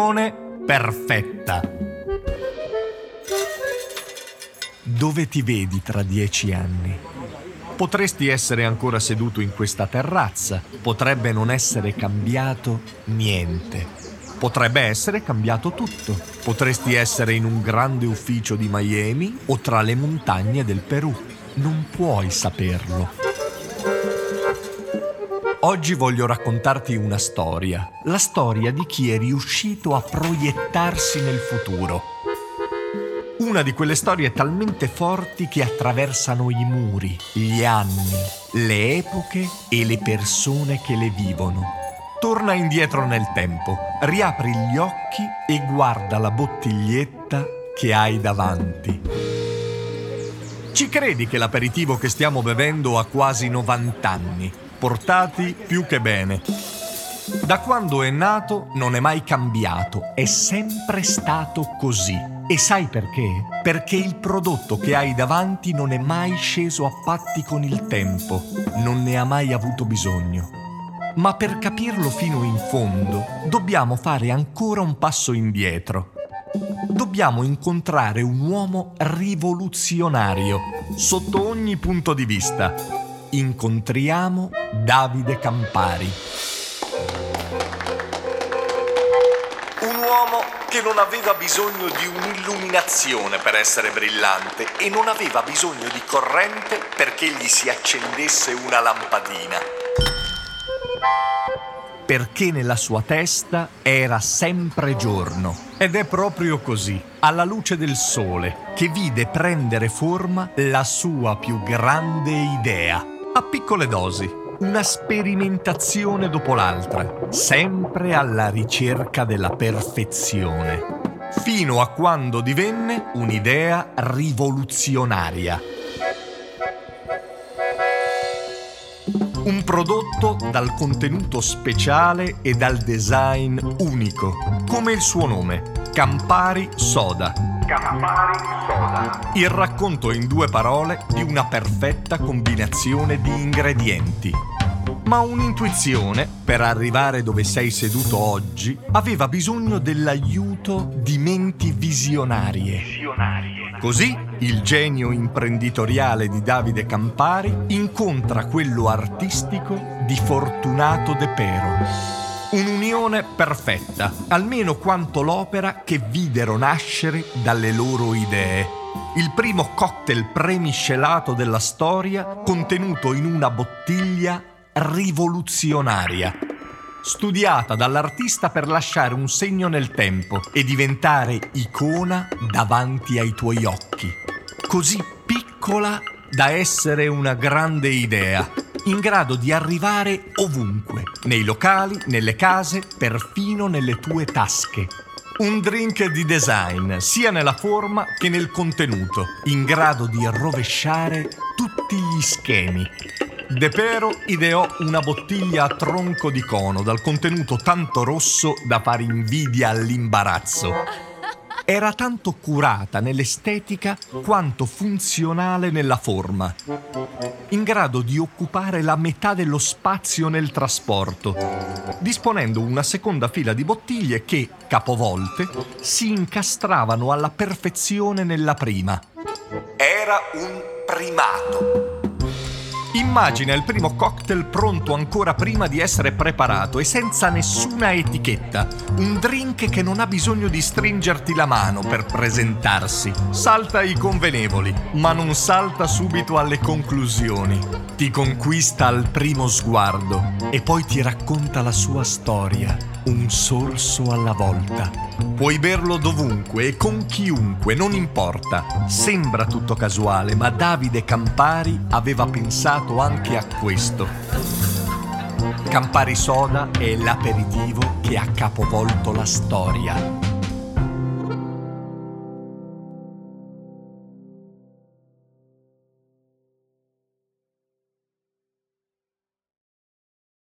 Un'unione perfetta. Dove ti vedi tra 10 anni? Potresti essere ancora seduto in questa terrazza. Potrebbe non essere cambiato niente. Potrebbe essere cambiato tutto. Potresti essere in un grande ufficio di Miami o tra le montagne del Perù. Non puoi saperlo. Oggi voglio raccontarti una storia. La storia di chi è riuscito a proiettarsi nel futuro. Una di quelle storie talmente forti che attraversano i muri, gli anni, le epoche e le persone che le vivono. Torna indietro nel tempo, riapri gli occhi e guarda la bottiglietta che hai davanti. Ci credi che l'aperitivo che stiamo bevendo ha quasi 90 anni? Portati più che bene. Da quando è nato non è mai cambiato, è sempre stato così. E sai perché? Perché il prodotto che hai davanti non è mai sceso a patti con il tempo, non ne ha mai avuto bisogno. Ma per capirlo fino in fondo, dobbiamo fare ancora un passo indietro. Dobbiamo incontrare un uomo rivoluzionario, sotto ogni punto di vista. Incontriamo Davide Campari. Un uomo che non aveva bisogno di un'illuminazione per essere brillante e non aveva bisogno di corrente perché gli si accendesse una lampadina. Perché nella sua testa era sempre giorno. Ed è proprio così, alla luce del sole, che vide prendere forma la sua più grande idea. A piccole dosi, una sperimentazione dopo l'altra, sempre alla ricerca della perfezione, fino a quando divenne un'idea rivoluzionaria. Un prodotto dal contenuto speciale e dal design unico, come il suo nome, Campari Soda. Campari Soda. Il racconto in 2 parole di una perfetta combinazione di ingredienti. Ma un'intuizione, per arrivare dove sei seduto oggi, aveva bisogno dell'aiuto di menti visionarie. Così il genio imprenditoriale di Davide Campari incontra quello artistico di Fortunato De Pero. Un'unione perfetta, almeno quanto l'opera che videro nascere dalle loro idee. Il primo cocktail premiscelato della storia, contenuto in una bottiglia rivoluzionaria, studiata dall'artista per lasciare un segno nel tempo e diventare icona davanti ai tuoi occhi. Così piccola da essere una grande idea, in grado di arrivare ovunque, nei locali, nelle case, perfino nelle tue tasche. Un drink di design, sia nella forma che nel contenuto, in grado di rovesciare tutti gli schemi. De Pero ideò una bottiglia a tronco di cono, dal contenuto tanto rosso da fare invidia all'imbarazzo. Era tanto curata nell'estetica quanto funzionale nella forma, in grado di occupare la metà dello spazio nel trasporto, disponendo una seconda fila di bottiglie che, capovolte, si incastravano alla perfezione nella prima. Era un primato. Immagina il primo cocktail pronto ancora prima di essere preparato e senza nessuna etichetta. Un drink che non ha bisogno di stringerti la mano per presentarsi. Salta i convenevoli, ma non salta subito alle conclusioni. Ti conquista al primo sguardo e poi ti racconta la sua storia, un sorso alla volta. Puoi berlo dovunque e con chiunque, non importa. Sembra tutto casuale, ma Davide Campari aveva pensato anche a questo. Campari Soda è l'aperitivo che ha capovolto la storia.